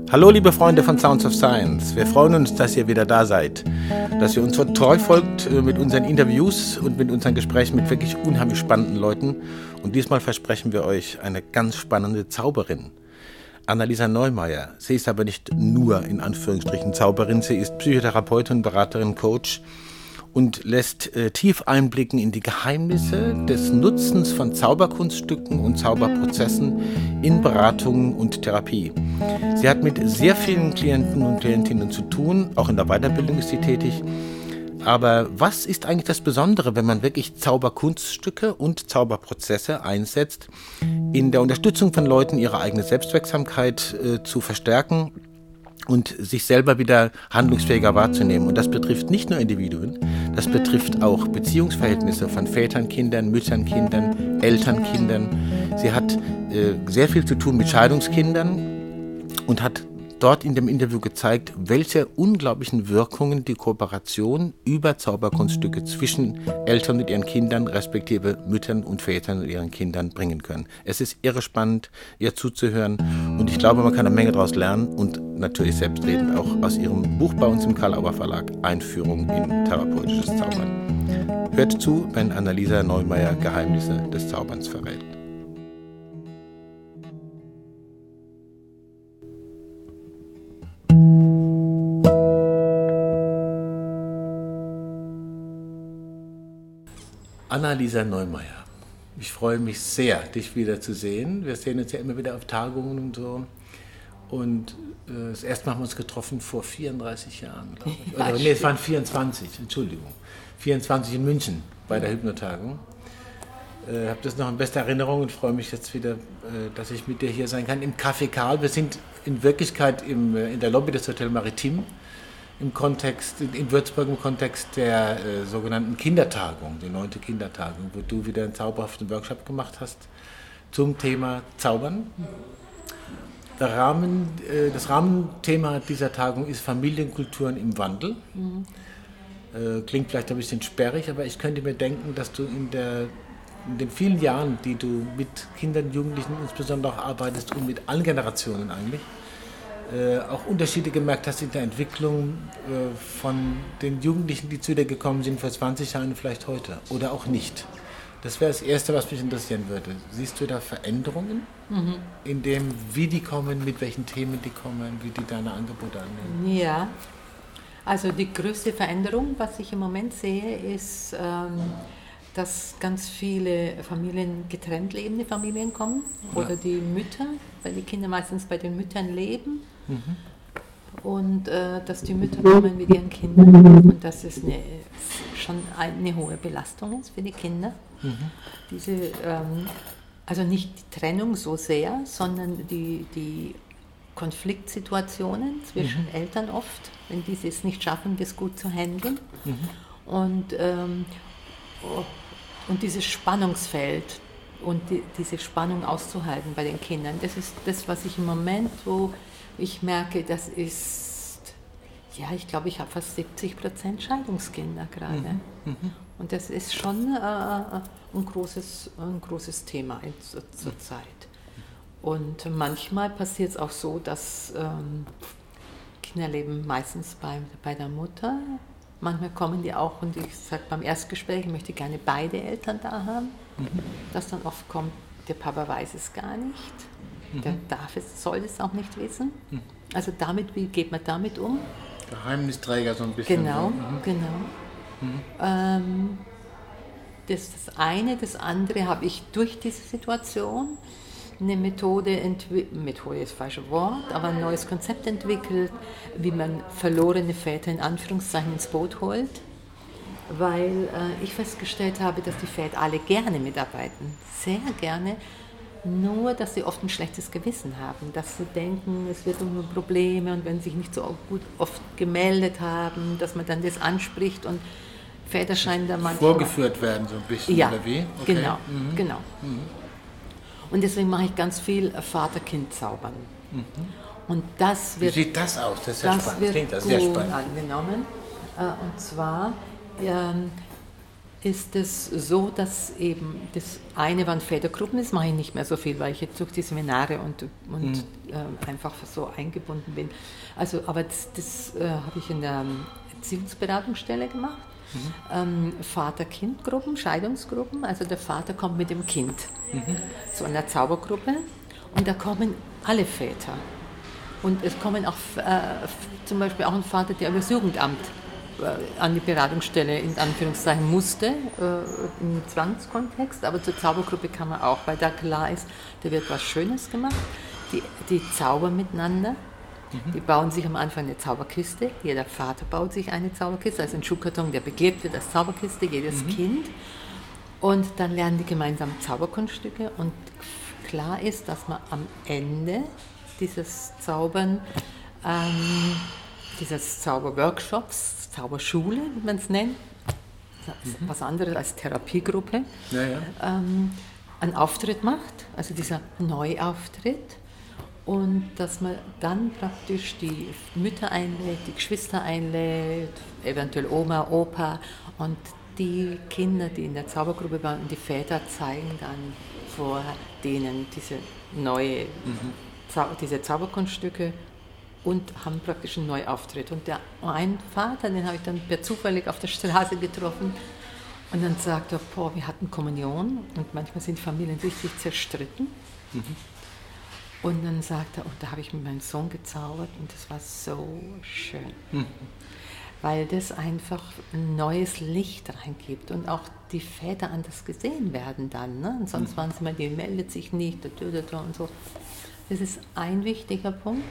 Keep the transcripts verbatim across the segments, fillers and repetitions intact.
Hallo liebe Freunde von Sounds of Science, wir freuen uns, dass ihr wieder da seid, dass ihr uns so treu folgt mit unseren Interviews und mit unseren Gesprächen mit wirklich unheimlich spannenden Leuten. Und diesmal versprechen wir euch eine ganz spannende Zauberin, Annalisa Neumeier. Sie ist aber nicht nur in Anführungsstrichen Zauberin, sie ist Psychotherapeutin, Beraterin, Coach und lässt äh, tief einblicken in die Geheimnisse des Nutzens von Zauberkunststücken und Zauberprozessen in Beratungen und Therapie. Sie hat mit sehr vielen Klienten und Klientinnen zu tun, auch in der Weiterbildung ist sie tätig. Aber was ist eigentlich das Besondere, wenn man wirklich Zauberkunststücke und Zauberprozesse einsetzt, in der Unterstützung von Leuten ihre eigene Selbstwirksamkeit äh, zu verstärken und sich selber wieder handlungsfähiger wahrzunehmen. Und das betrifft nicht nur Individuen, das betrifft auch Beziehungsverhältnisse von Vätern, Kindern, Müttern, Kindern, Eltern, Kindern. Sie hat äh, sehr viel zu tun mit Scheidungskindern und hat dort in dem Interview gezeigt, welche unglaublichen Wirkungen die Kooperation über Zauberkunststücke zwischen Eltern und ihren Kindern, respektive Müttern und Vätern und ihren Kindern bringen können. Es ist irre spannend, ihr zuzuhören und ich glaube, man kann eine Menge daraus lernen und natürlich selbstredend auch aus ihrem Buch bei uns im Karl-Auer Verlag, Einführung in therapeutisches Zaubern. Hört zu, wenn Annalisa Neumeier Geheimnisse des Zauberns verrät. Annalisa Neumeier, ich freue mich sehr, dich wieder zu sehen. Wir sehen uns ja immer wieder auf Tagungen und so. Und äh, das erste Mal haben wir uns getroffen vor vierunddreißig Jahren, glaube ich. Oder, nee, es waren vierundzwanzig, Entschuldigung. vierundzwanzig in München bei der Hypnotagung. Ich äh, habe das noch in bester Erinnerung und freue mich jetzt wieder, äh, dass ich mit dir hier sein kann. Im Café Karl, wir sind in Wirklichkeit im, äh, in der Lobby des Hotel Maritim. Im Kontext, in Würzburg im Kontext der äh, sogenannten Kindertagung, die neunte Kindertagung, wo du wieder einen zauberhaften Workshop gemacht hast zum Thema Zaubern. Der Rahmen, äh, das Rahmenthema dieser Tagung ist Familienkulturen im Wandel. Mhm. Äh, klingt vielleicht ein bisschen sperrig, aber ich könnte mir denken, dass du in, der, in den vielen Jahren, die du mit Kindern, Jugendlichen insbesondere auch arbeitest und mit allen Generationen eigentlich, Äh, auch Unterschiede gemerkt hast in der Entwicklung äh, von den Jugendlichen, die zu dir gekommen sind vor zwanzig Jahren, vielleicht heute oder auch nicht. Das wäre das Erste, was mich interessieren würde. Siehst du da Veränderungen mhm. in dem, wie die kommen, mit welchen Themen die kommen, wie die deine Angebote annehmen? Ja, also die größte Veränderung, was ich im Moment sehe, ist, ähm, dass ganz viele Familien, getrennt lebende Familien kommen oder ja. die Mütter, weil die Kinder meistens bei den Müttern leben mhm. und äh, dass die Mütter kommen mit ihren Kindern und dass es eine, schon eine hohe Belastung ist für die Kinder. Mhm. Diese, ähm, also nicht die Trennung so sehr, sondern die, die Konfliktsituationen zwischen mhm. Eltern oft, wenn diese es nicht schaffen, das gut zu handeln. Mhm. Und ähm, Und dieses Spannungsfeld und die, diese Spannung auszuhalten bei den Kindern, das ist das, was ich im Moment, wo ich merke, das ist, ja, ich glaube, ich habe fast siebzig Prozent Scheidungskinder gerade. Mhm. Mhm. Und das ist schon äh, ein, großes, ein großes Thema in, zur, zur Zeit. Und manchmal passiert es auch so, dass ähm, Kinder leben meistens bei, bei der Mutter. Manchmal kommen die auch und ich sage beim Erstgespräch, ich möchte gerne beide Eltern da haben. Mhm. Dass dann oft kommt, der Papa weiß es gar nicht, mhm. der darf es, soll es auch nicht wissen. Mhm. Also damit, wie geht man damit um? Geheimnisträger so ein bisschen. Genau, so. mhm. genau. Mhm. Ähm, das ist das eine. Das andere habe ich durch diese Situation eine Methode entwickelt, Methode ist das falsche Wort, aber ein neues Konzept entwickelt, wie man verlorene Väter in Anführungszeichen ins Boot holt, weil äh, ich festgestellt habe, dass die Väter alle gerne mitarbeiten, sehr gerne, nur dass sie oft ein schlechtes Gewissen haben, dass sie denken, es wird nur Probleme und wenn sie sich nicht so gut oft gemeldet haben, dass man dann das anspricht und Väter scheinen da manchmal... Vorgeführt werden so ein bisschen, ja, oder wie? Okay. Genau, mhm. genau. Mhm. Und deswegen mache ich ganz viel Vater-Kind-Zaubern. Mhm. Und das wird, wie sieht das aus? Das ist ja das spannend. Wird Klingt das sehr spannend. angenommen. Und zwar, ähm, ist es so, dass eben das eine waren Vätergruppen, das mache ich nicht mehr so viel, weil ich jetzt durch die Seminare und, und mhm. äh, einfach so eingebunden bin. Also, aber das, das äh, habe ich in der Erziehungsberatungsstelle gemacht. Mhm. Ähm, Vater-Kind-Gruppen, Scheidungsgruppen, also der Vater kommt mit dem Kind mhm. zu einer Zaubergruppe und da kommen alle Väter. Und es kommen auch äh, zum Beispiel auch ein Vater, der über das Jugendamt an die Beratungsstelle in Anführungszeichen musste, äh, im Zwangskontext, aber zur Zaubergruppe kann man auch, weil da klar ist, da wird was Schönes gemacht, die, die zaubern miteinander, mhm. die bauen sich am Anfang eine Zauberkiste, jeder Vater baut sich eine Zauberkiste, also ein Schuhkarton, der beklebt wird als Zauberkiste, jedes mhm. Kind, und dann lernen die gemeinsam Zauberkunststücke und klar ist, dass man am Ende dieses Zaubern, ähm, dieses Zauberworkshops, Zauberschule, wie man es nennt, mhm. was anderes als Therapiegruppe, ja, ja. Ähm, einen Auftritt macht, also dieser Neuauftritt, und dass man dann praktisch die Mütter einlädt, die Geschwister einlädt, eventuell Oma, Opa, und die Kinder, die in der Zaubergruppe waren, und die Väter zeigen dann vor denen diese neue, mhm. Zau- diese Zauberkunststücke und haben praktisch einen Neuauftritt. Und der ein Vater, den habe ich dann per zufällig auf der Straße getroffen, und dann sagt er, boah, wir hatten Kommunion und manchmal sind Familien richtig zerstritten. Mhm. Und dann sagt er, und da habe ich mit meinem Sohn gezaubert und das war so schön. Mhm. Weil das einfach ein neues Licht reingibt und auch die Väter anders gesehen werden dann. Ne? Und sonst mhm. waren es immer, die meldet sich nicht, und so. Das ist ein wichtiger Punkt.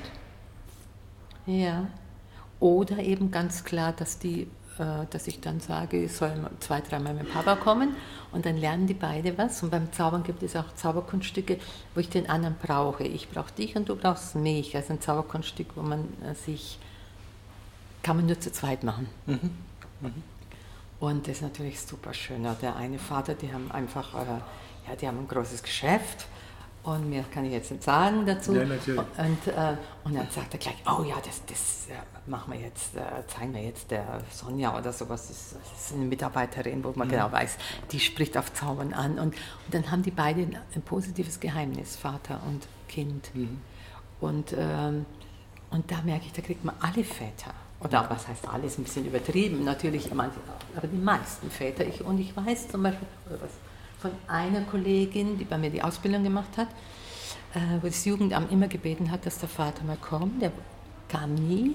Ja, oder eben ganz klar, dass, die, äh, dass ich dann sage, ich soll zwei, dreimal mit Papa kommen und dann lernen die beide was. Und beim Zaubern gibt es auch Zauberkunststücke, wo ich den anderen brauche. Ich brauche dich und du brauchst mich. Also ein Zauberkunststück, wo man äh, sich, kann man nur zu zweit machen. Mhm. Mhm. Und das ist natürlich super schön. Der eine Vater, die haben einfach, äh, ja, die haben ein großes Geschäft. Und mehr kann ich jetzt nicht sagen dazu. Ja, natürlich. Und, äh, und dann sagt er gleich, oh ja, das, das äh, machen wir jetzt, äh, zeigen wir jetzt der Sonja oder sowas. Das, das ist eine Mitarbeiterin, wo man mhm. genau weiß, die spricht auf Zaubern an. Und, und dann haben die beide ein, ein positives Geheimnis, Vater und Kind. Mhm. Und, ähm, und da merke ich, da kriegt man alle Väter. Oder was heißt alles, ein bisschen übertrieben, natürlich, aber die meisten Väter. Ich, und ich weiß zum Beispiel, oder was, von einer Kollegin, die bei mir die Ausbildung gemacht hat, äh, wo das Jugendamt immer gebeten hat, dass der Vater mal kommt. Der kam nie.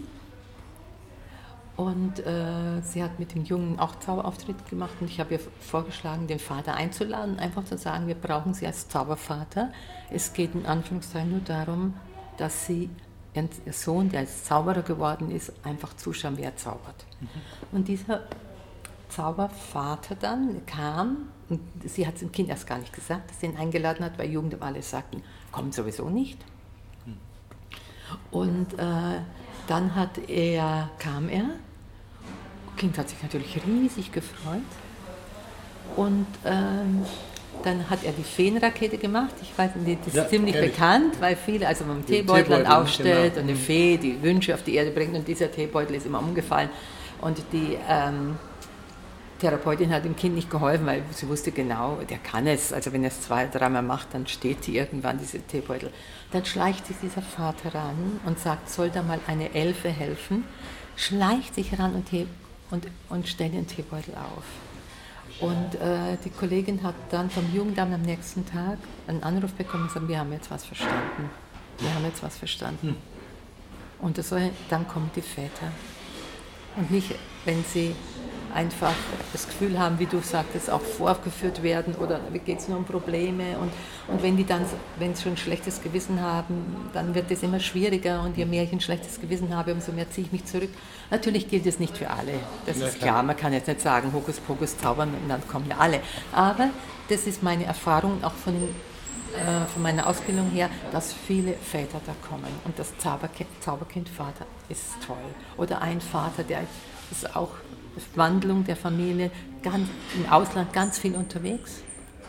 Und äh, sie hat mit dem Jungen auch Zauberauftritt gemacht und ich habe ihr vorgeschlagen, den Vater einzuladen, einfach zu sagen, wir brauchen sie als Zaubervater. Es geht in Anführungszeichen nur darum, dass sie ihren Sohn, der als Zauberer geworden ist, einfach zuschauen, wie er zaubert. Mhm. Und dieser Zaubervater dann kam, und sie hat es dem Kind erst gar nicht gesagt, dass sie ihn eingeladen hat, weil Jugendamt alle sagten, kommt sowieso nicht. Mhm. Und äh, dann hat er, kam er, das Kind hat sich natürlich riesig gefreut und ähm, dann hat er die Feenrakete gemacht. Ich weiß nicht, das ist ja, ziemlich ehrlich. bekannt, weil viele, also man einen Teebeutel, Teebeutel aufstellt genau. und eine Fee die Wünsche auf die Erde bringt und dieser Teebeutel ist immer umgefallen und die ähm, Therapeutin hat dem Kind nicht geholfen, weil sie wusste genau, der kann es. Also wenn er es zwei, dreimal macht, dann steht sie irgendwann, diese Teebeutel. Dann schleicht sich dieser Vater ran und sagt, soll da mal eine Elfe helfen? Schleicht sich ran und, und, und stellt den Teebeutel auf. Und äh, die Kollegin hat dann vom Jugendamt am nächsten Tag einen Anruf bekommen und gesagt, wir haben jetzt was verstanden. Wir haben jetzt was verstanden. Und das soll, dann kommen die Väter. Und nicht, wenn sie einfach das Gefühl haben, wie du sagtest, auch vorgeführt werden oder wie geht es nur um Probleme und, und wenn die dann, wenn sie schon ein schlechtes Gewissen haben, dann wird es immer schwieriger und je mehr ich ein schlechtes Gewissen habe, umso mehr ziehe ich mich zurück. Natürlich gilt es nicht für alle, das ja, ist klar. klar, man kann jetzt nicht sagen, Hokuspokus zaubern und dann kommen ja alle, aber das ist meine Erfahrung auch von, äh, von meiner Ausbildung her, dass viele Väter da kommen und das Zauberkind, Zauberkindvater ist toll oder ein Vater, der ist auch Wandlung der Familie, ganz, im Ausland ganz viel unterwegs.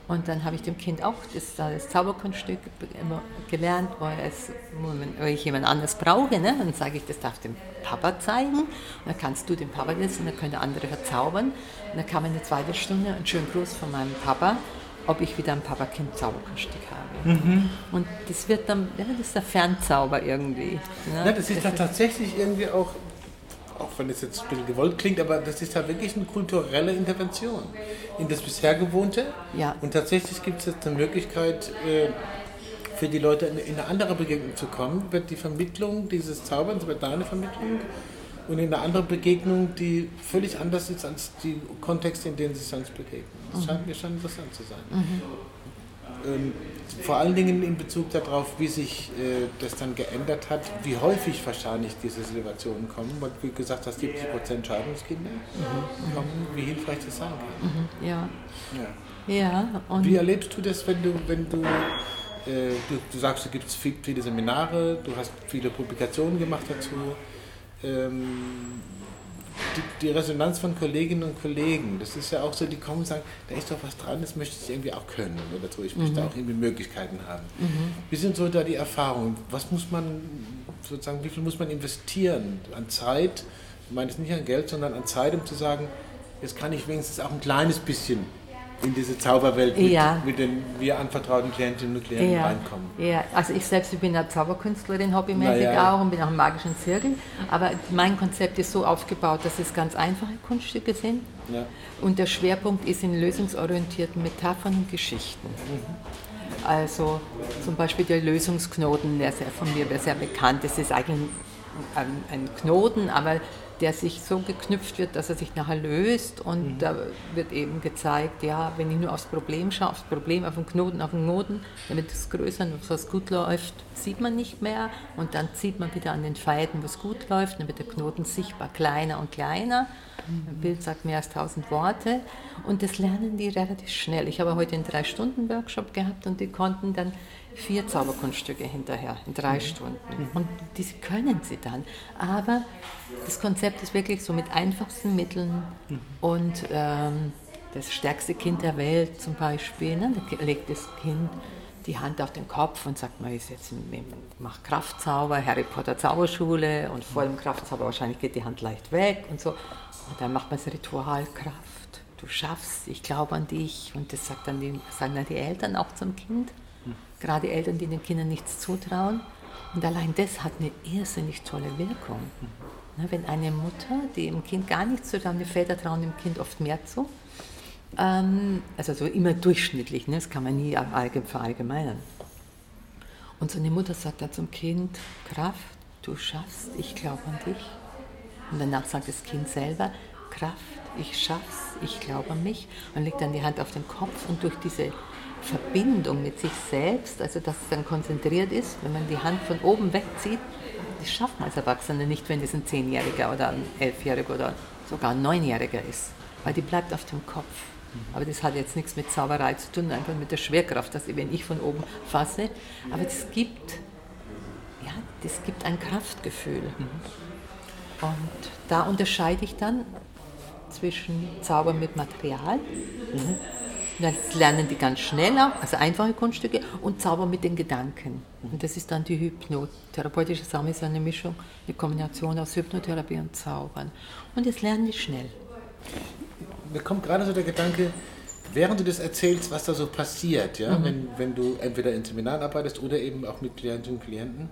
Und dann habe ich dem Kind auch das, das Zauberkunststück immer gelernt, wo, es, wo ich jemand anderes brauche. Ne? Dann sage ich, das darf dem Papa zeigen. Und dann kannst du dem Papa das und dann können andere verzaubern. Und dann kam eine zweite Stunde ein schönen Gruß von meinem Papa, ob ich wieder ein Papa-Kind-Zauberkunststück habe. Mhm. Und das wird dann, ja, das ist der Fernzauber irgendwie. Ne? Ja, das ist dann tatsächlich irgendwie auch, auch wenn es jetzt ein bisschen gewollt klingt, aber das ist halt wirklich eine kulturelle Intervention in das bisher Gewohnte. Ja. Und tatsächlich gibt es jetzt eine Möglichkeit, für die Leute in eine andere Begegnung zu kommen, wird die Vermittlung dieses Zauberns, wird deine Vermittlung und in eine andere Begegnung, die völlig anders ist als die Kontexte, in denen sie sonst begegnen. Das mhm. scheint mir schon interessant zu sein. Mhm. Ähm, vor allen Dingen in Bezug darauf, wie sich äh, das dann geändert hat, wie häufig wahrscheinlich diese Situationen kommen, weil wie gesagt hast, siebzig Prozent Scheidungskinder mhm. kommen, wie hilfreich das sein kann. Mhm. Ja. Ja. Ja, und wie erlebst du das, wenn du, wenn du, äh, du, du sagst, du gibst viel, viele Seminare, du hast viele Publikationen gemacht dazu, ähm, Die, die Resonanz von Kolleginnen und Kollegen, das ist ja auch so, die kommen und sagen, da ist doch was dran, das möchte ich irgendwie auch können oder so, ich möchte mhm. auch irgendwie Möglichkeiten haben. Mhm. Wie sind so da die Erfahrungen? Was muss man, sozusagen, wie viel muss man investieren an Zeit? Ich meine es nicht an Geld, sondern an Zeit, um zu sagen, jetzt kann ich wenigstens auch ein kleines bisschen in diese Zauberwelt mit, ja. mit den mir anvertrauten Klientinnen und Klienten ja. reinkommen. Ja, also ich selbst ich bin eine Zauberkünstlerin, hobbymäßig ja. auch und bin auch im magischen Zirkel, aber mein Konzept ist so aufgebaut, dass es ganz einfache Kunststücke sind ja. und der Schwerpunkt ist in lösungsorientierten Metaphern und Geschichten. Mhm. Also zum Beispiel der Lösungsknoten, der ist ja von mir sehr bekannt, das ist eigentlich ein, ein Knoten, aber der sich so geknüpft wird, dass er sich nachher löst und mhm. da wird eben gezeigt, ja, wenn ich nur aufs Problem schaue, aufs Problem, auf den Knoten, auf den Knoten, dann wird es größer und was gut läuft, sieht man nicht mehr und dann zieht man wieder an den Fäden, was gut läuft, dann wird der Knoten sichtbar kleiner und kleiner. Mhm. Ein Bild sagt mehr als tausend Worte und das lernen die relativ schnell. Ich habe heute einen drei Stunden Workshop gehabt und die konnten dann vier Zauberkunststücke hinterher in drei mhm. Stunden und diese können sie dann, aber das Konzept ist wirklich so mit einfachsten Mitteln mhm. und ähm, das stärkste Kind der Welt zum Beispiel, ne, da legt das Kind die Hand auf den Kopf und sagt, man ist jetzt macht Kraftzauber, Harry Potter Zauberschule und vor dem Kraftzauber wahrscheinlich geht die Hand leicht weg und so und dann macht man das Ritual Kraft, du schaffst, ich glaube an dich und das sagt dann die, sagen dann die Eltern auch zum Kind. Gerade Eltern, die den Kindern nichts zutrauen. Und allein das hat eine irrsinnig tolle Wirkung. Mhm. Wenn eine Mutter, die dem Kind gar nichts zutraut, die Väter trauen dem Kind oft mehr zu. Ähm, also so immer durchschnittlich, ne? Das kann man nie verallgemeinern. Und so eine Mutter sagt dann zum Kind, Kraft, du schaffst, ich glaube an dich. Und danach sagt das Kind selber, Kraft, ich schaff's, ich glaube an mich. Und legt dann die Hand auf den Kopf und durch diese Verbindung mit sich selbst, also dass es dann konzentriert ist, wenn man die Hand von oben wegzieht, das schafft man als Erwachsene nicht, wenn das ein Zehnjähriger oder ein Elfjähriger oder sogar ein Neunjähriger ist, weil die bleibt auf dem Kopf. Aber das hat jetzt nichts mit Zauberei zu tun, einfach mit der Schwerkraft, dass wenn ich von oben fasse, aber das gibt, ja, das gibt ein Kraftgefühl. Und da unterscheide ich dann zwischen Zauber mit Material, mhm. Das lernen die ganz schnell auch, also einfache Kunststücke und Zauber mit den Gedanken. Und das ist dann die hypnotherapeutische Sache, ist eine Mischung, eine Kombination aus Hypnotherapie und Zaubern. Und das lernen die schnell. Mir kommt gerade so der Gedanke, während du das erzählst, was da so passiert, ja, mhm. wenn, wenn du entweder in Seminaren arbeitest oder eben auch mit Klientinnen und Klienten.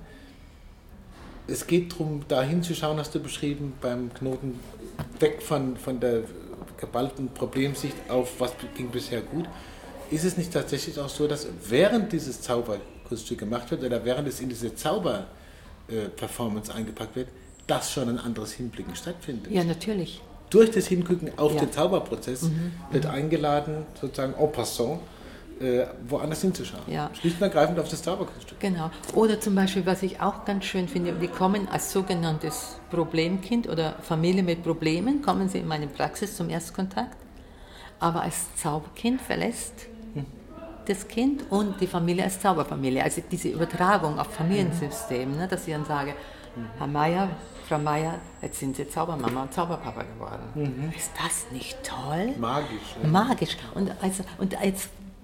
Es geht darum, da hinzuschauen, hast du beschrieben, beim Knoten weg von, von der geballten Problemsicht auf, was ging bisher gut. Ist es nicht tatsächlich auch so, dass während dieses Zauberkunststück gemacht wird oder während es in diese Zauber-Performance eingepackt wird, dass schon ein anderes Hinblicken stattfindet? Ja, natürlich. Durch das Hingucken auf ja. den Zauberprozess mhm. wird mhm. eingeladen, sozusagen en passant, äh, woanders hinzuschauen. Ja. Schlicht und ergreifend auf das Zauberkunststück. Genau. Oder zum Beispiel, was ich auch ganz schön finde, die kommen als sogenanntes Problemkind oder Familie mit Problemen, kommen sie in meine Praxis zum Erstkontakt, aber als Zauberkind verlässt hm. das Kind und die Familie als Zauberfamilie. Also diese Übertragung auf Familiensystem, ne, dass ich dann sage, mhm. Herr Meier, Frau Meier, jetzt sind Sie Zaubermama und Zauberpapa geworden. Mhm. Ist das nicht toll? Magisch. Ja. Magisch. Und, also, und jetzt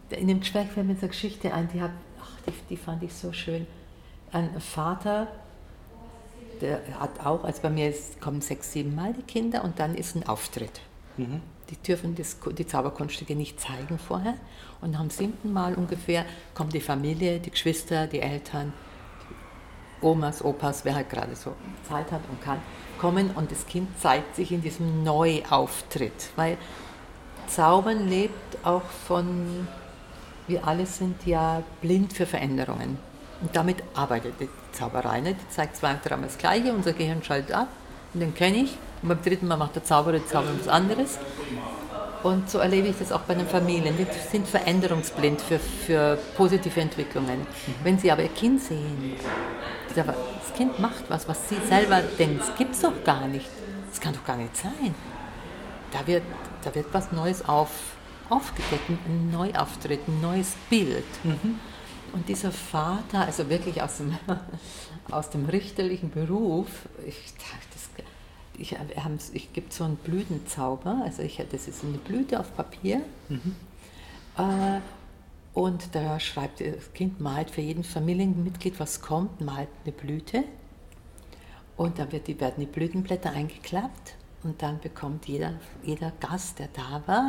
in dem Gespräch fällt mir so eine Geschichte ein, die, hab, ach, die, die fand ich so schön. Ein Vater, der hat auch, also bei mir ist, kommen sechs, sieben Mal die Kinder und dann ist ein Auftritt. Mhm. Die dürfen das, die Zauberkunststücke nicht zeigen vorher. Und am siebten Mal ungefähr kommt die Familie, die Geschwister, die Eltern, die Omas, Opas, wer halt gerade so Zeit hat und kann, kommen und das Kind zeigt sich in diesem Neuauftritt. Weil Zaubern lebt auch von, wir alle sind ja blind für Veränderungen. Und damit arbeitet die Zauberei. Ne? Die zeigt zwei, dreimal das Gleiche, unser Gehirn schaltet ab und den kenne ich. Und beim dritten Mal macht der Zauberer, der Zauberer was anderes. Und so erlebe ich das auch bei den Familien. Die sind veränderungsblind für, für positive Entwicklungen. Mhm. Wenn sie aber ihr Kind sehen, das Kind macht was, was sie selber denken, das gibt es doch gar nicht. Das kann doch gar nicht sein. Da wird, da wird was Neues auf, aufgedeckt, ein Neuauftritt, ein neues Bild. Mhm. Und dieser Vater, also wirklich aus dem, aus dem richterlichen Beruf, ich dachte, das, ich, ich gibt so einen Blütenzauber, also ich, das ist eine Blüte auf Papier. Mhm. Äh, und da schreibt das Kind, malt für jeden Familienmitglied, was kommt, malt eine Blüte. Und dann wird die, werden die Blütenblätter eingeklappt und dann bekommt jeder, jeder Gast, der da war,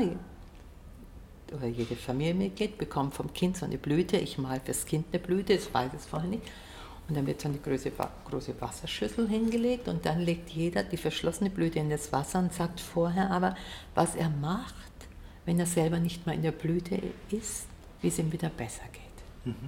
oder jede Familienmitglied bekommt vom Kind so eine Blüte. Ich male fürs Kind eine Blüte, das weiß es vorher nicht. Und dann wird so eine große, große Wasserschüssel hingelegt und dann legt jeder die verschlossene Blüte in das Wasser und sagt vorher aber, was er macht, wenn er selber nicht mehr in der Blüte ist, wie es ihm wieder besser geht. Mhm.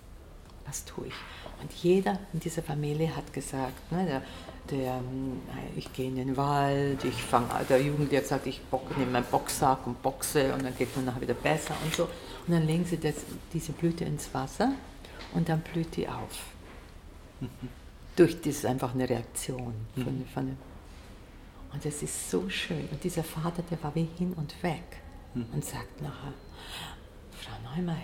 Was tue ich? Und jeder in dieser Familie hat gesagt, ne, der, der, ich gehe in den Wald, ich fange, der Jugendliche hat gesagt, ich nehme meinen Boxsack und boxe und dann geht es mir nachher wieder besser und so. Und dann legen sie das, diese Blüte ins Wasser und dann blüht die auf. Mhm. Durch das ist einfach eine Reaktion. Von, mhm. von, und das ist so schön. Und dieser Vater, der war wie hin und weg mhm. und sagt nachher, Frau Neumeier,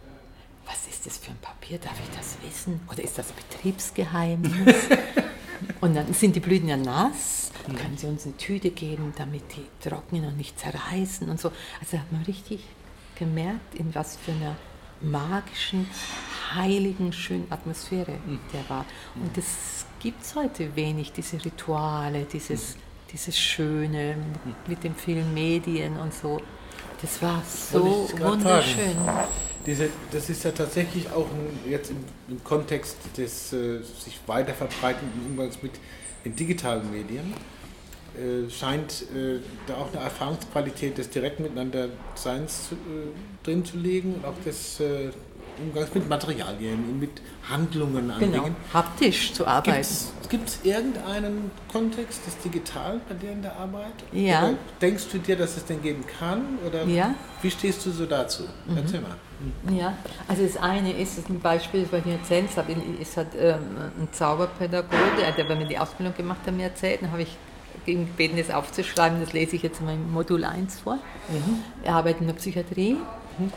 was ist das für ein Papier? Darf ich das wissen? Oder ist das Betriebsgeheimnis? Und dann sind die Blüten ja nass. Können Sie uns eine Tüte geben, damit die trocknen und nicht zerreißen und so. Also hat man richtig gemerkt, in was für einer magischen, heiligen, schönen Atmosphäre der war. Und das gibt es heute wenig, diese Rituale, dieses, dieses Schöne mit, mit den vielen Medien und so. Das war so wunderschön. Diese, das ist ja tatsächlich auch ein, jetzt im, im Kontext des äh, sich weiter verbreitenden Umgangs mit den digitalen Medien, äh, scheint äh, da auch eine Erfahrungsqualität des direkten Miteinanderseins äh, drin zu liegen und auch des äh, Umgangs mit Materialien und mit Handlungen an genau, Dingen. Haptisch zu arbeiten. Gibt es irgendeinen Kontext des Digitalen bei dir in der Arbeit? Ja. Oder denkst du dir, dass es den geben kann? Oder ja. Wie stehst du so dazu? Mhm. Erzähl mal. Ja, also das eine ist, das ist ein Beispiel, das ich erzählen habe, ist halt ähm, ein Zauberpädagoge, der bei mir die Ausbildung gemacht hat, mir erzählt, dann habe ich ihn gebeten, das aufzuschreiben, das lese ich jetzt in meinem Modul eins vor. Mhm. Er arbeitet in der Psychiatrie. Mhm.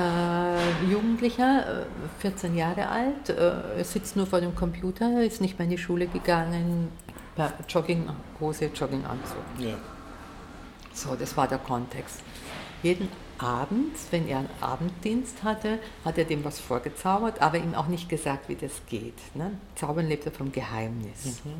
Äh, Jugendlicher, vierzehn Jahre alt, äh, sitzt nur vor dem Computer, ist nicht mehr in die Schule gegangen, per Jogginghose, Jogginganzug. Ja. So, das war der Kontext. Jeden Abend, wenn er einen Abenddienst hatte, hat er dem was vorgezaubert, aber ihm auch nicht gesagt, wie das geht. Ne? Zaubern lebt ja vom Geheimnis. Mhm.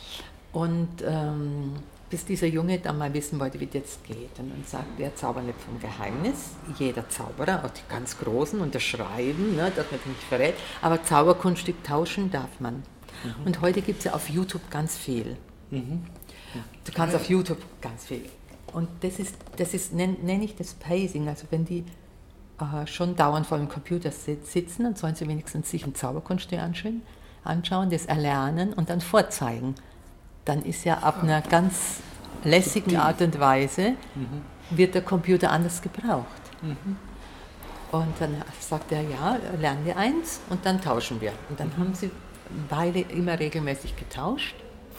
Und ähm, bis dieser Junge dann mal wissen wollte, wie das geht. Und dann sagt er, Zaubern lebt vom Geheimnis. Jeder Zauberer, auch die ganz Großen, unterschreiben, ne, dass man das nicht verrät. Aber Zauberkunststück tauschen darf man. Mhm. Und heute gibt es ja auf YouTube ganz viel. Mhm. Du kannst auf YouTube ganz viel. Und das ist, das ist nenne nenn ich das Pacing. Also wenn die äh, schon dauernd vor dem Computer sitzen, dann sollen sie wenigstens sich ein Zauberkunststück anschauen, anschauen, das erlernen und dann vorzeigen. Dann ist ja ab einer ganz lässigen Art und Weise, mhm. wird der Computer anders gebraucht. Mhm. Und dann sagt er, ja, lernen wir eins und dann tauschen wir. Und dann mhm. haben sie beide immer regelmäßig getauscht.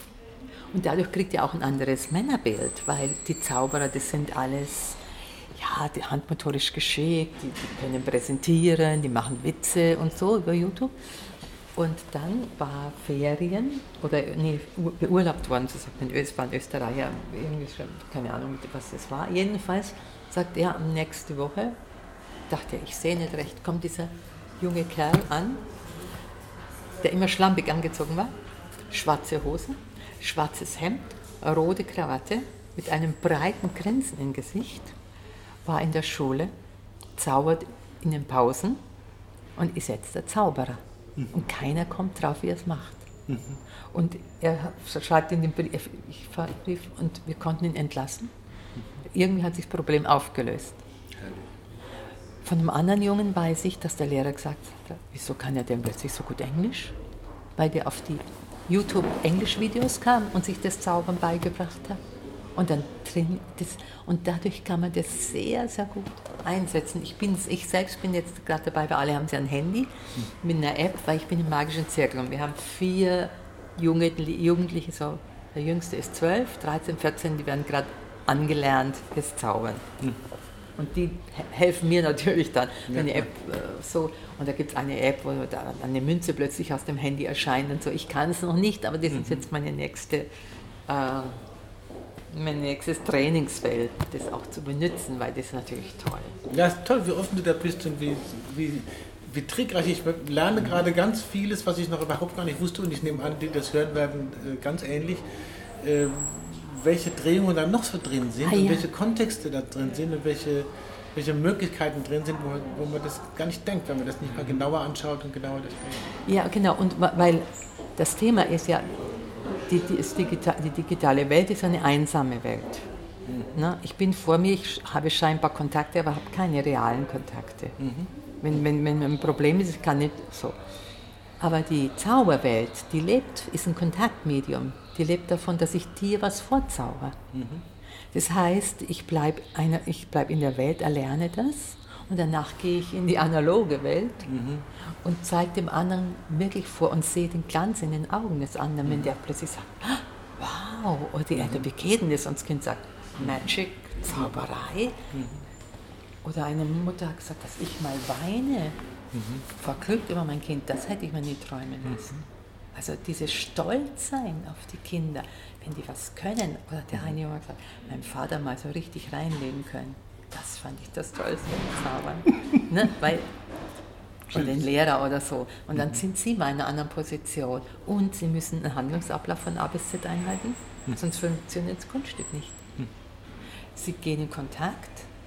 Und dadurch kriegt er auch ein anderes Männerbild, weil die Zauberer, das sind alles, ja, die handmotorisch geschickt, die, die können präsentieren, die machen Witze und so über YouTube. Und dann war Ferien, oder nee, beurlaubt worden, so sagt man, es war ein Österreicher, irgendwie, keine Ahnung, was das war. Jedenfalls sagt er, nächste Woche dachte, ich sehe nicht recht, kommt dieser junge Kerl an, der immer schlampig angezogen war, schwarze Hose, schwarzes Hemd, rote Krawatte, mit einem breiten Grinsen im Gesicht, war in der Schule, zaubert in den Pausen und ist jetzt der Zauberer. Mhm. Und keiner kommt drauf, wie er es macht. Mhm. Und er schreibt in den Brief, ich Brief und wir konnten ihn entlassen. Mhm. Irgendwie hat sich das Problem aufgelöst. Herrlich. Von einem anderen Jungen weiß ich, dass der Lehrer gesagt hat, wieso kann er denn plötzlich so gut Englisch? Weil der auf die YouTube-Englisch-Videos kam und sich das Zaubern beigebracht hat. Und, dann drin, das, und dadurch kann man das sehr, sehr gut einsetzen. Ich, bin's, ich selbst bin jetzt gerade dabei, weil alle haben sie ein Handy mit einer App, weil ich bin im magischen Zirkel und wir haben vier junge Jugendliche, so, der jüngste ist zwölf, dreizehn, vierzehn, die werden gerade angelernt, das Zaubern. Mhm. Und die helfen mir natürlich dann, ja, eine App äh, so, und da gibt es eine App, wo da eine Münze plötzlich aus dem Handy erscheint und so. Ich kann es noch nicht, aber das mhm. ist jetzt meine nächste... Äh, mein nächstes Trainingsfeld, das auch zu benutzen, weil das ist natürlich toll. Ja, ist toll, wie offen du da bist und wie, wie, wie trickreich. Ich lerne gerade ganz vieles, was ich noch überhaupt gar nicht wusste und ich nehme an, die das hören werden, ganz ähnlich, äh, welche Drehungen da noch so drin sind ah, und ja. welche Kontexte da drin sind und welche, welche Möglichkeiten drin sind, wo, wo man das gar nicht denkt, wenn man das nicht mal genauer anschaut und genauer das denkt. Ja, genau, und weil das Thema ist ja, Die, die, Digital, die digitale Welt ist eine einsame Welt. Mhm. Ich bin vor mir, ich habe scheinbar Kontakte, aber habe keine realen Kontakte. Mhm. Wenn, wenn, wenn ein Problem ist, ich kann nicht so. Aber die Zauberwelt, die lebt, ist ein Kontaktmedium. Die lebt davon, dass ich dir was vorzauber. Mhm. Das heißt, ich bleibe bleib in der Welt, erlerne das und danach gehe ich in die analoge Welt mhm. und zeige dem anderen wirklich vor und sehe den Glanz in den Augen des anderen, mhm. wenn der plötzlich sagt, wow, oder die Eltern, wie geht denn das? Und das Kind sagt, Magic, Zauberei. Mhm. Oder eine Mutter hat gesagt, dass ich mal weine, mhm. vor Glück über mein Kind, das hätte ich mir nie träumen lassen. Mhm. Also dieses Stolzsein auf die Kinder, wenn die was können. Oder der eine Junge hat gesagt, mein Vater mal so richtig reinlegen können. Das fand ich das Tollste im Zaubern. Ne? Weil, oder den Lehrer oder so. Und dann mhm. sind sie mal in einer anderen Position. Und sie müssen einen Handlungsablauf von A bis Z einhalten, mhm. sonst funktioniert das Kunststück nicht. Mhm. Sie gehen in Kontakt.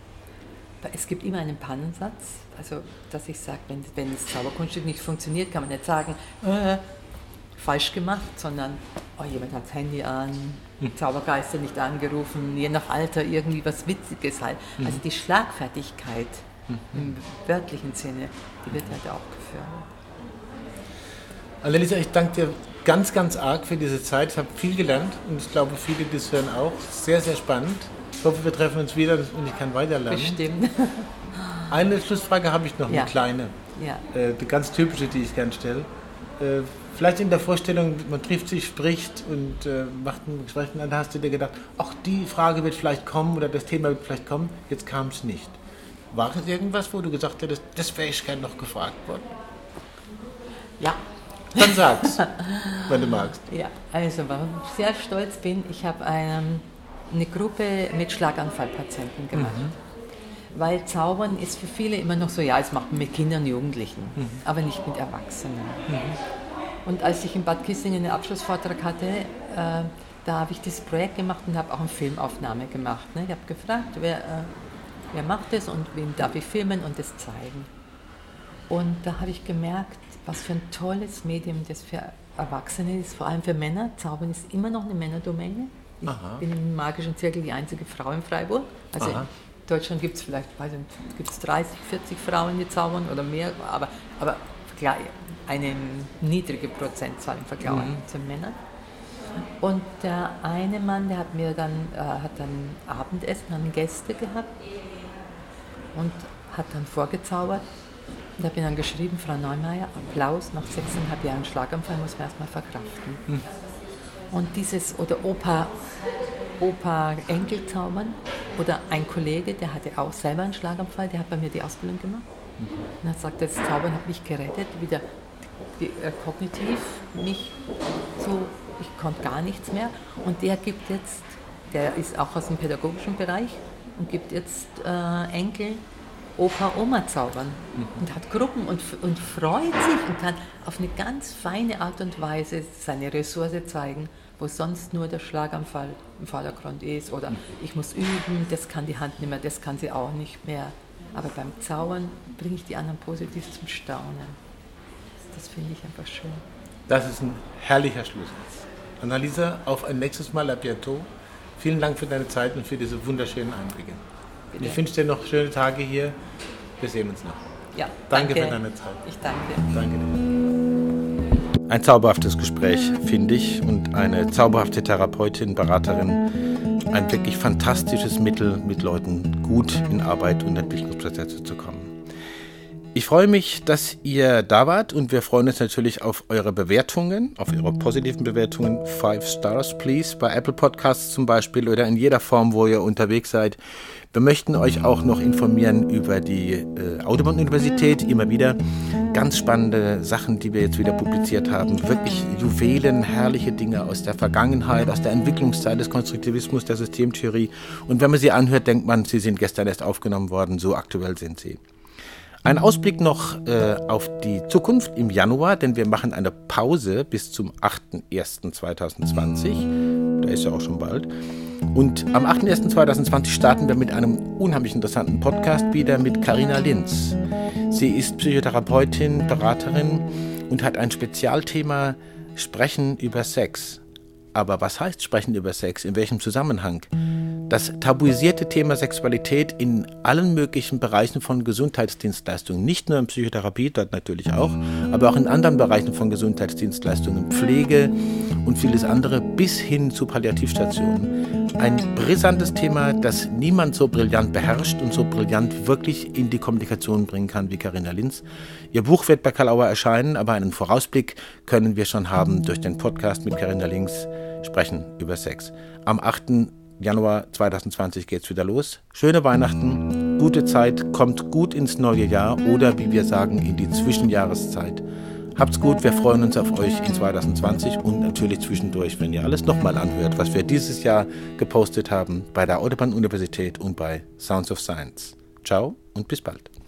Es gibt immer einen Pannensatz. Also, dass ich sage, wenn, wenn das Zauberkunststück nicht funktioniert, kann man nicht sagen, äh, falsch gemacht, sondern oh, jemand hat das Handy an, mhm. Zaubergeister nicht angerufen, je nach Alter irgendwie was Witziges halt. Mhm. Also die Schlagfertigkeit mhm. im wörtlichen Sinne, die wird halt auch gefördert. Anneliese, ich danke dir ganz, ganz arg für diese Zeit. Ich habe viel gelernt und ich glaube, viele, die das hören, auch. Sehr, sehr spannend. Ich hoffe, wir treffen uns wieder und ich kann weiterlernen. Bestimmt. Eine Schlussfrage habe ich noch, ja. eine kleine. Ja. Äh, die ganz typische, die ich gerne stelle. Äh, vielleicht in der Vorstellung, man trifft sich, spricht und äh, macht ein Gespräch und dann hast du dir gedacht, ach, die Frage wird vielleicht kommen oder das Thema wird vielleicht kommen, jetzt kam es nicht. War es irgendwas, wo du gesagt hättest, das wäre ich gerne noch gefragt worden? Ja. Dann sag's, wenn du magst. Ja, also warum ich sehr stolz bin, ich habe ähm, eine Gruppe mit Schlaganfallpatienten gemacht. Mhm. Weil Zaubern ist für viele immer noch so, ja, es macht man mit Kindern und Jugendlichen, mhm. aber nicht mit Erwachsenen. Mhm. Und als ich in Bad Kissingen einen Abschlussvortrag hatte, äh, da habe ich dieses Projekt gemacht und habe auch eine Filmaufnahme gemacht. Ne? Ich habe gefragt, wer, äh, wer macht das und wem darf ich filmen und das zeigen. Und da habe ich gemerkt, was für ein tolles Medium das für Erwachsene ist, vor allem für Männer. Zaubern ist immer noch eine Männerdomäne. Ich Aha. bin im magischen Zirkel die einzige Frau in Freiburg. Also Aha. in Deutschland gibt es vielleicht, weiß nicht, gibt's dreißig, vierzig Frauen, die zaubern oder mehr, aber, aber eine niedrige Prozentzahl im Vergleich mhm. zu Männern. Und der eine Mann, der hat mir dann, äh, hat dann Abendessen, haben Gäste gehabt und hat dann vorgezaubert. Und habe dann geschrieben, Frau Neumeier, Applaus, nach sechseinhalb Jahren Schlaganfall muss man erstmal verkraften. Mhm. Und dieses, oder Opa, Opa Enkel zaubern, oder ein Kollege, der hatte auch selber einen Schlaganfall, der hat bei mir die Ausbildung gemacht. Mhm. Und hat gesagt, das Zaubern hat mich gerettet, wieder die, äh, kognitiv mich so, ich konnte gar nichts mehr. Und der gibt jetzt, der ist auch aus dem pädagogischen Bereich und gibt jetzt äh, Enkel Opa, Oma zaubern mhm. und hat Gruppen und, und freut sich und kann auf eine ganz feine Art und Weise seine Ressource zeigen, wo sonst nur der Schlaganfall im Vordergrund ist oder ich muss üben, das kann die Hand nicht mehr, das kann sie auch nicht mehr. Aber beim Zaubern bringe ich die anderen positiv zum Staunen. Das finde ich einfach schön. Das ist ein herrlicher Schlusssatz. Annalisa, auf ein nächstes Mal, à bientôt. Vielen Dank für deine Zeit und für diese wunderschönen Einblicke. Bitte. Ich wünsche dir noch schöne Tage hier. Wir sehen uns noch. Ja, danke, danke für deine Zeit. Ich danke. Danke dir. Ein zauberhaftes Gespräch, finde ich, und eine zauberhafte Therapeutin, Beraterin. Ein wirklich fantastisches Mittel, mit Leuten gut in Arbeit und Entwicklungsprozesse zu kommen. Ich freue mich, dass ihr da wart und wir freuen uns natürlich auf eure Bewertungen, auf eure positiven Bewertungen. Five Stars, please, bei Apple Podcasts zum Beispiel oder in jeder Form, wo ihr unterwegs seid. Wir möchten euch auch noch informieren über die äh, Audubon-Universität, immer wieder ganz spannende Sachen, die wir jetzt wieder publiziert haben. Wirklich Juwelen, herrliche Dinge aus der Vergangenheit, aus der Entwicklungszeit des Konstruktivismus, der Systemtheorie. Und wenn man sie anhört, denkt man, sie sind gestern erst aufgenommen worden, so aktuell sind sie. Ein Ausblick noch äh, auf die Zukunft im Januar, denn wir machen eine Pause bis zum achter erster zweitausendzwanzig. Da ist ja auch schon bald. Und am achter erster zweitausendzwanzig starten wir mit einem unheimlich interessanten Podcast wieder mit Carina Linz. Sie ist Psychotherapeutin, Beraterin und hat ein Spezialthema Sprechen über Sex. Aber was heißt Sprechen über Sex? In welchem Zusammenhang? Das tabuisierte Thema Sexualität in allen möglichen Bereichen von Gesundheitsdienstleistungen, nicht nur in Psychotherapie, dort natürlich auch, aber auch in anderen Bereichen von Gesundheitsdienstleistungen, Pflege und vieles andere bis hin zu Palliativstationen. Ein brisantes Thema, das niemand so brillant beherrscht und so brillant wirklich in die Kommunikation bringen kann wie Carina Linz. Ihr Buch wird bei Karl Auer erscheinen, aber einen Vorausblick können wir schon haben durch den Podcast mit Carina Linz, Sprechen über Sex. Am achter Januar zweitausendzwanzig geht's wieder los. Schöne Weihnachten, gute Zeit, kommt gut ins neue Jahr oder wie wir sagen, in die Zwischenjahreszeit. Habt's gut, wir freuen uns auf euch in zweitausendzwanzig und natürlich zwischendurch, wenn ihr alles nochmal anhört, was wir dieses Jahr gepostet haben bei der Audubon-Universität und bei Sounds of Science. Ciao und bis bald.